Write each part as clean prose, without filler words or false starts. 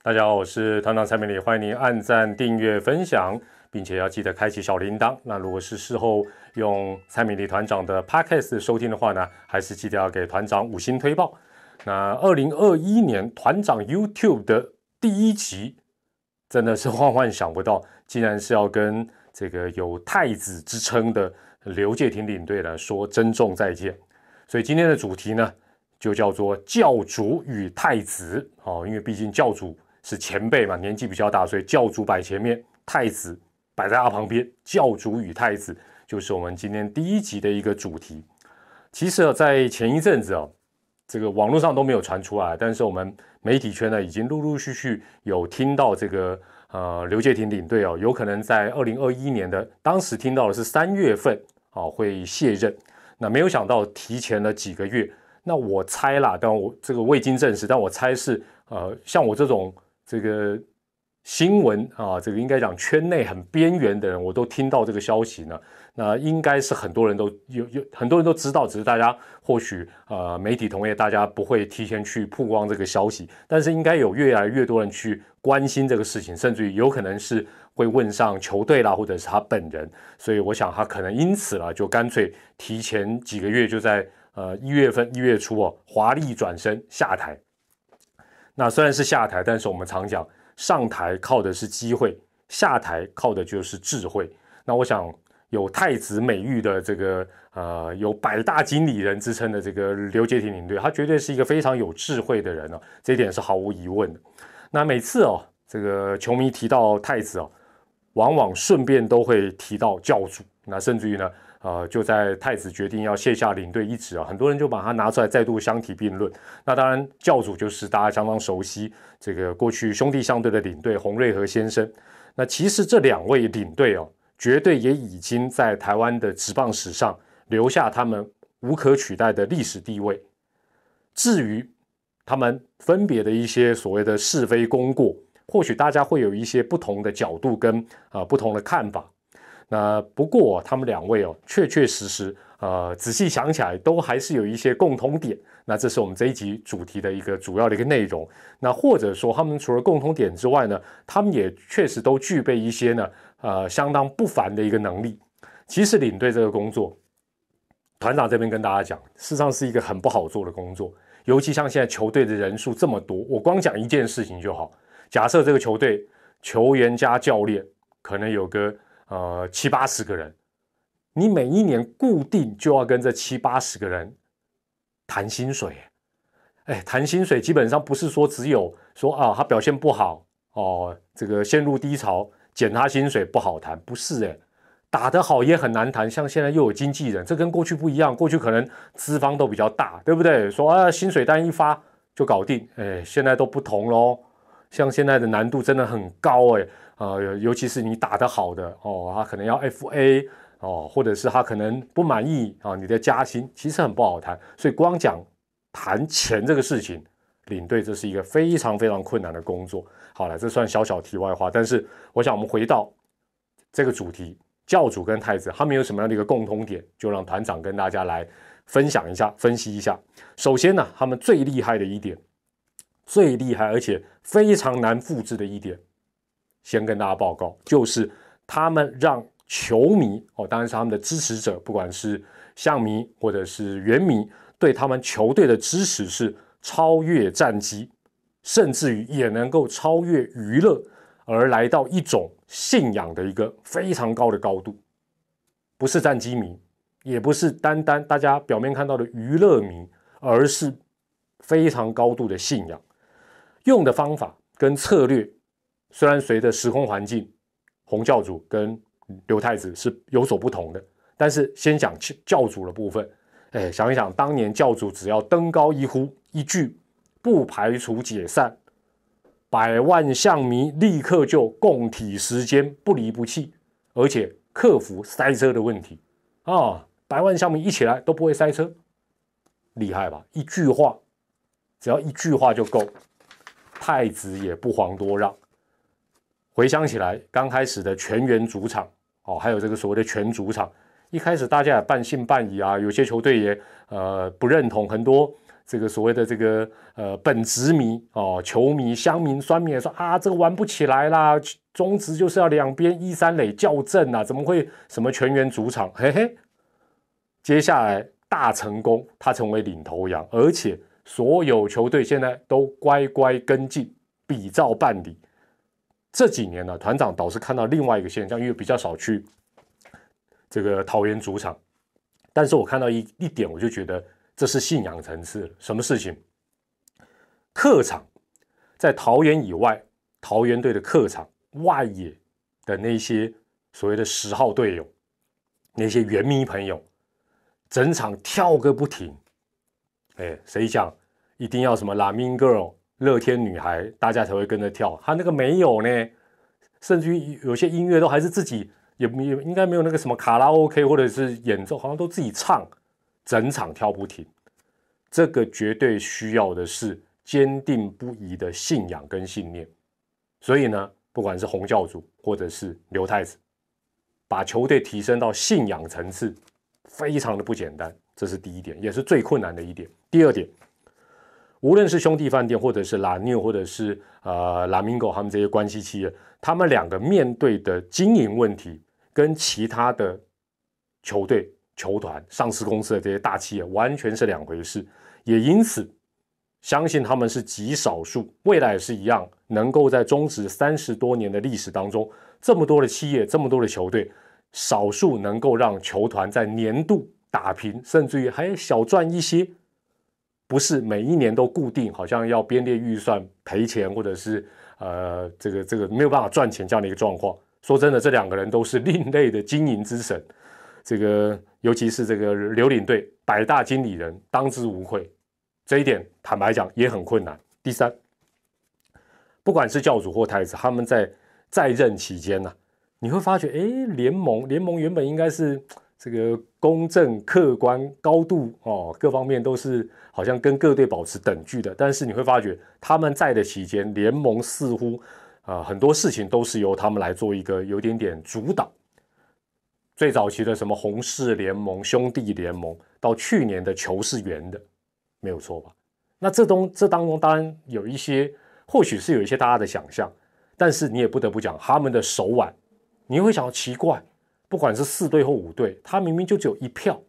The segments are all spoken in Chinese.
大家好，我是团长蔡明礼，欢迎您按赞、订阅、分享，并且要记得开启小铃铛。那如果是事后用蔡明礼团长的 Podcast 收听的话呢，还是记得要给团长5星推爆。那2021年团长 YouTube 的第1集，真的是万万想不到，竟然是要跟这个有太子之称的刘介廷领队来说珍重再见。所以今天的主题呢，就叫做教主与太子。因为毕竟教主是前辈嘛，年纪比较大，所以教主摆前面，太子摆在他旁边。教主与太子就是我们今天第1集的一个主题。其实在前一阵子这个网络上都没有传出来，但是我们媒体圈呢已经陆陆续续有听到这个刘介廷领队有可能在2021年的当时听到的是3月份会卸任。那没有想到提前了几个月。那我猜啦，但我这个未经证实，但我猜是像我这种这个新闻这个应该讲圈内很边缘的人，我都听到这个消息呢。那应该是很多人都很多人都知道，只是大家或许媒体同业大家不会提前去曝光这个消息，但是应该有越来越多人去关心这个事情，甚至于有可能是会问上球队啦，或者是他本人。所以我想他可能因此啦，就干脆提前几个月就在1月份1月初华丽转身下台。那虽然是下台，但是我们常讲上台靠的是机会，下台靠的就是智慧。那我想有太子美誉的这个有百大经理人之称的这个刘介廷领队，他绝对是一个非常有智慧的人这一点是毫无疑问的。那每次这个球迷提到太子往往顺便都会提到教主。那甚至于呢就在太子决定要卸下领队一职很多人就把他拿出来再度相提并论。那当然教主就是大家相当熟悉这个过去兄弟象队的领队洪瑞和先生。那其实这2位领队绝对也已经在台湾的职棒史上留下他们无可取代的历史地位。至于他们分别的一些所谓的是非功过，或许大家会有一些不同的角度跟不同的看法。那不过他们2位确确实实仔细想起来都还是有一些共同点。那这是我们这一集主题的一个主要的一个内容。那或者说他们除了共同点之外呢，他们也确实都具备一些呢相当不凡的一个能力。其实领队这个工作，团长这边跟大家讲，事实上是一个很不好做的工作。尤其像现在球队的人数这么多，我光讲一件事情就好。假设这个球队球员加教练可能有个70-80个人，你每一年固定就要跟这70-80个人谈薪水。谈薪水基本上不是说只有说他表现不好这个陷入低潮减他薪水不好谈，不是打得好也很难谈。像现在又有经纪人，这跟过去不一样，过去可能资方都比较大，对不对？说薪水单一发就搞定，现在都不同咯。像现在的难度真的很高尤其是你打得好的他可能要 FA或者是他可能不满意你的加薪，其实很不好谈。所以光讲谈钱这个事情，领队这是一个非常非常困难的工作。好了，这算小小题外话，但是我想我们回到这个主题，教主跟太子他们有什么样的一个共通点，就让团长跟大家来分享一下分析一下。首先呢，他们最厉害的一点，最厉害而且非常难复制的一点，先跟大家报告，就是他们让球迷当然是他们的支持者，不管是象迷或者是原迷，对他们球队的支持是超越战绩，甚至于也能够超越娱乐，而来到一种信仰的一个非常高的高度。不是战绩迷，也不是单单大家表面看到的娱乐迷，而是非常高度的信仰。用的方法跟策略虽然随着时空环境，洪教主跟刘太子是有所不同的，但是先讲教主的部分。想一想，当年教主只要登高一呼一句，不排除解散，100万象迷立刻就共体时间，不离不弃，而且克服塞车的问题100万象迷一起来都不会塞车，厉害吧？一句话，只要一句话就够。太子也不遑多让。回想起来，刚开始的全员主场还有这个所谓的全主场，一开始大家也半信半疑有些球队也不认同，很多这个所谓的这个本职迷哦，球迷、乡民、酸民也说啊，这个玩不起来啦，中职就是要两边一三垒校正啊，怎么会什么全员主场？嘿嘿，接下来大成功，他成为领头羊，而且所有球队现在都乖乖跟进，比照办理。这几年呢，团长倒是看到另外一个现象，因为比较少去这个桃园主场，但是我看到一点，我就觉得这是信仰层次了。什么事情？客场在桃园以外，桃园队的客场外野的那些所谓的10号队友，那些原迷朋友，整场跳个不停。哎，谁讲一定要什么 La Mean Girl 乐天女孩，大家才会跟着跳？他那个没有呢，甚至于有些音乐都还是自己，也应该没有那个什么卡拉 OK 或者是演奏，好像都自己唱，整场跳不停。这个绝对需要的是坚定不移的信仰跟信念。所以呢，不管是洪教主或者是刘太子，把球队提升到信仰层次，非常的不简单。这是第一点，也是最困难的一点。第二点，无论是兄弟饭店，或者是 La New， 或者是Lamingo 他们这些关系企业，他们两个面对的经营问题，跟其他的球队、球团、上市公司的这些大企业完全是两回事。也因此，相信他们是极少数，未来也是一样，能够在中职30多年的历史当中，这么多的企业，这么多的球队，少数能够让球团在年度打平，甚至于还小赚一些，不是每一年都固定，好像要编列预算赔钱，或者是这个没有办法赚钱这样的一个状况。说真的，这两个人都是另类的经营之神，这个尤其是这个刘领队100大经理人当之无愧，这一点坦白讲也很困难。第三，不管是教主或太子，他们在任期间呢，你会发觉，联盟原本应该是这个公正、客观、高度各方面都是好像跟各队保持等距的，但是你会发觉他们在的期间，联盟似乎很多事情都是由他们来做一个有点点主导。最早期的什么红氏联盟、兄弟联盟，到去年的球是圆的，没有错吧？那这当中当然有一些，或许是有一些大家的想象，但是你也不得不讲他们的手腕，你会想到奇怪。不管是4队或5队，他明明就只有1票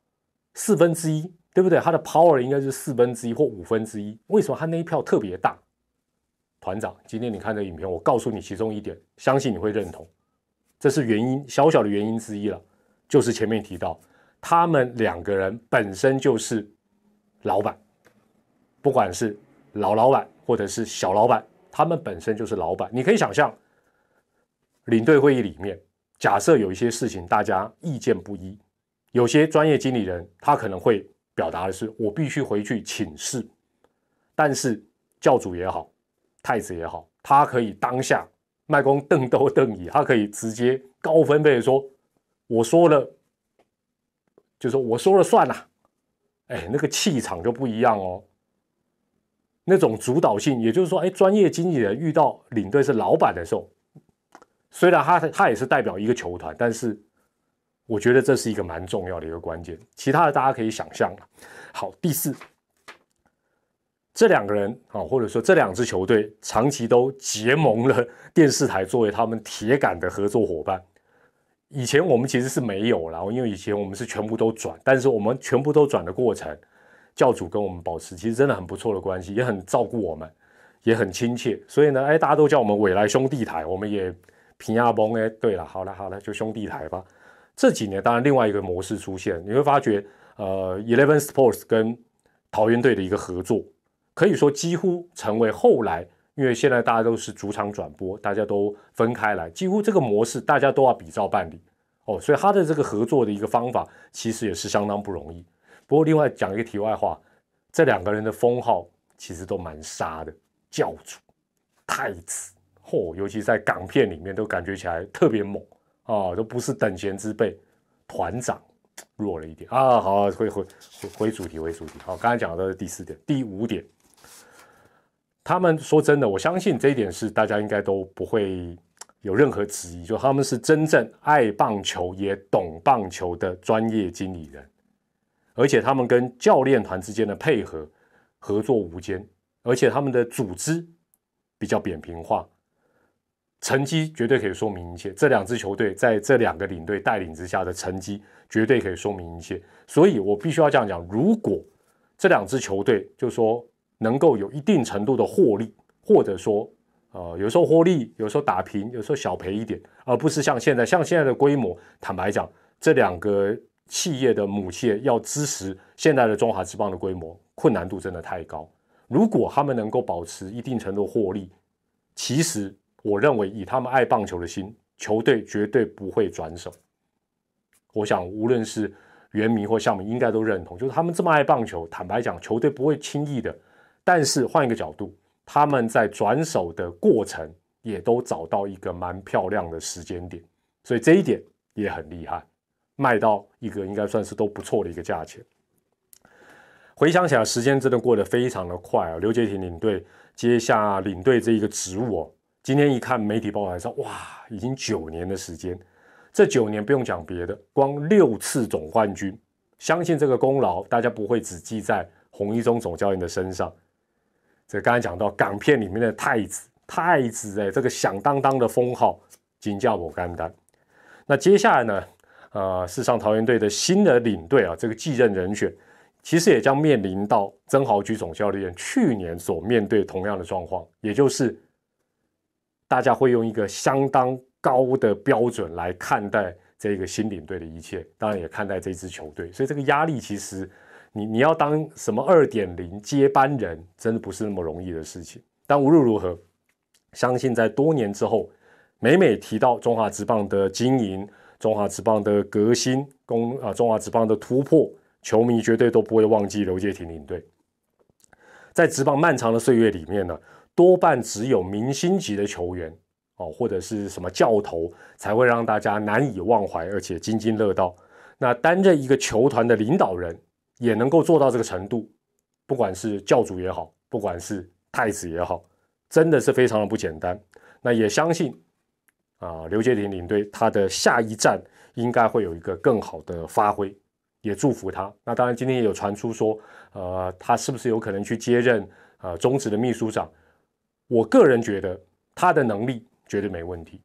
，1/4，对不对？他的 power 应该是1/4或1/5，为什么他那一票特别大？团长，今天你看这个影片，我告诉你其中一点，相信你会认同，这是原因，小小的原因之一了，就是前面提到，他们两个人本身就是老板，不管是老板或者是小老板，他们本身就是老板。你可以想象，领队会议里面，假设有一些事情大家意见不一，有些专业经理人他可能会表达的是我必须回去请示，但是教主也好，太子也好，他可以当下卖公瞪兜瞪椅，他可以直接高分贝的说我说了，就是说我说了算啦，那个气场就不一样哦，那种主导性，也就是说专业经纪人遇到领队是老板的时候，虽然他也是代表一个球团，但是我觉得这是一个蛮重要的一个关键。其他的大家可以想象了。好，第四，这两个人或者说这2支球队长期都结盟了电视台作为他们铁杆的合作伙伴。以前我们其实是没有啦，因为以前我们是全部都转，但是我们全部都转的过程，教主跟我们保持其实真的很不错的关系，也很照顾我们，也很亲切。所以呢，大家都叫我们未来兄弟台，我们也平亚崩对了，好了，就兄弟台吧。这几年当然另外一个模式出现，你会发觉Eleven Sports 跟桃园队的一个合作，可以说几乎成为后来，因为现在大家都是主场转播，大家都分开来，几乎这个模式大家都要比照办理所以他的这个合作的一个方法其实也是相当不容易。不过另外讲一个题外话，这2个人的封号其实都蛮杀的，教主、太子尤其在港片里面都感觉起来特别猛都不是等闲之辈。团长弱了一点好，回主题。好，刚才讲的是第4点，第5点，他们说真的，我相信这一点是大家应该都不会有任何质疑，就他们是真正爱棒球也懂棒球的专业经理人，而且他们跟教练团之间的配合合作无间，而且他们的组织比较扁平化，成绩绝对可以说明一切。这2支球队在这2个领队带领之下的成绩绝对可以说明一切。所以我必须要这样讲，如果这2支球队就说能够有一定程度的获利，或者说有时候获利，有时候打平，有时候小赔一点，而不是像现在的规模，坦白讲，这2个企业的母企业要支持现在的中华职棒的规模，困难度真的太高。如果他们能够保持一定程度的获利，其实我认为以他们爱棒球的心，球队绝对不会转手。我想无论是原迷或象迷应该都认同，就是他们这么爱棒球，坦白讲球队不会轻易的。但是换一个角度，他们在转手的过程也都找到一个蛮漂亮的时间点，所以这一点也很厉害，卖到一个应该算是都不错的一个价钱。回想起来，时间真的过得非常的快啊！刘杰廷领队接下领队这一个职务哦，今天一看媒体报道说，哇，已经9年的时间。这9年不用讲别的，光6次总冠军，相信这个功劳大家不会只记在洪一中总教练的身上。这刚才讲到港片里面的太子这个响当当的封号，金价某干单。那接下来呢，世上桃园队的新的领队啊，这个继任人选，其实也将面临到曾豪居总教练去年所面对同样的状况，也就是大家会用一个相当高的标准来看待这个新领队的一切，当然也看待这支球队，所以这个压力其实你要当什么2.0接班人，真的不是那么容易的事情。但无论如何，相信在多年之后，每提到中华职棒的经营、中华职棒的革新、中华职棒的突破，球迷绝对都不会忘记刘介廷领队。在职棒漫长的岁月里面呢，多半只有明星级的球员或者是什么教头才会让大家难以忘怀，而且津津乐道。那担任一个球团的领导人，也能够做到这个程度，不管是教主也好，不管是太子也好，真的是非常的不简单。那也相信刘介廷领队他的下一站应该会有一个更好的发挥，也祝福他。那当然今天也有传出说他是不是有可能去接任中职的秘书长。我个人觉得他的能力绝对没问题，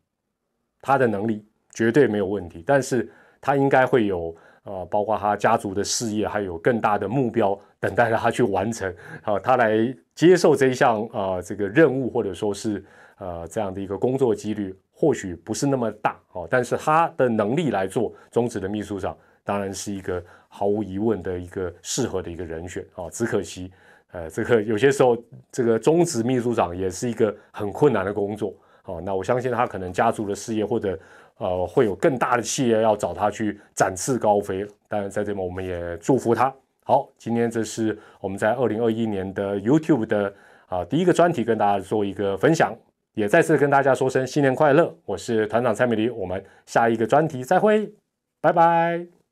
但是他应该会有包括他家族的事业，还有更大的目标等待着他去完成。他来接受这一项这个任务，或者说是这样的一个工作几率，或许不是那么大但是他的能力来做中职的秘书长，当然是一个毫无疑问的一个适合的一个人选只可惜这个有些时候这个中职秘书长也是一个很困难的工作那我相信他可能家族的事业或者会有更大的企业要找他去展翅高飞。当然在这边我们也祝福他。好，今天这是我们在2021年的 YouTube 的第一个专题跟大家做一个分享，也再次跟大家说声新年快乐。我是团长蔡美黎，我们下一个专题再会，拜拜。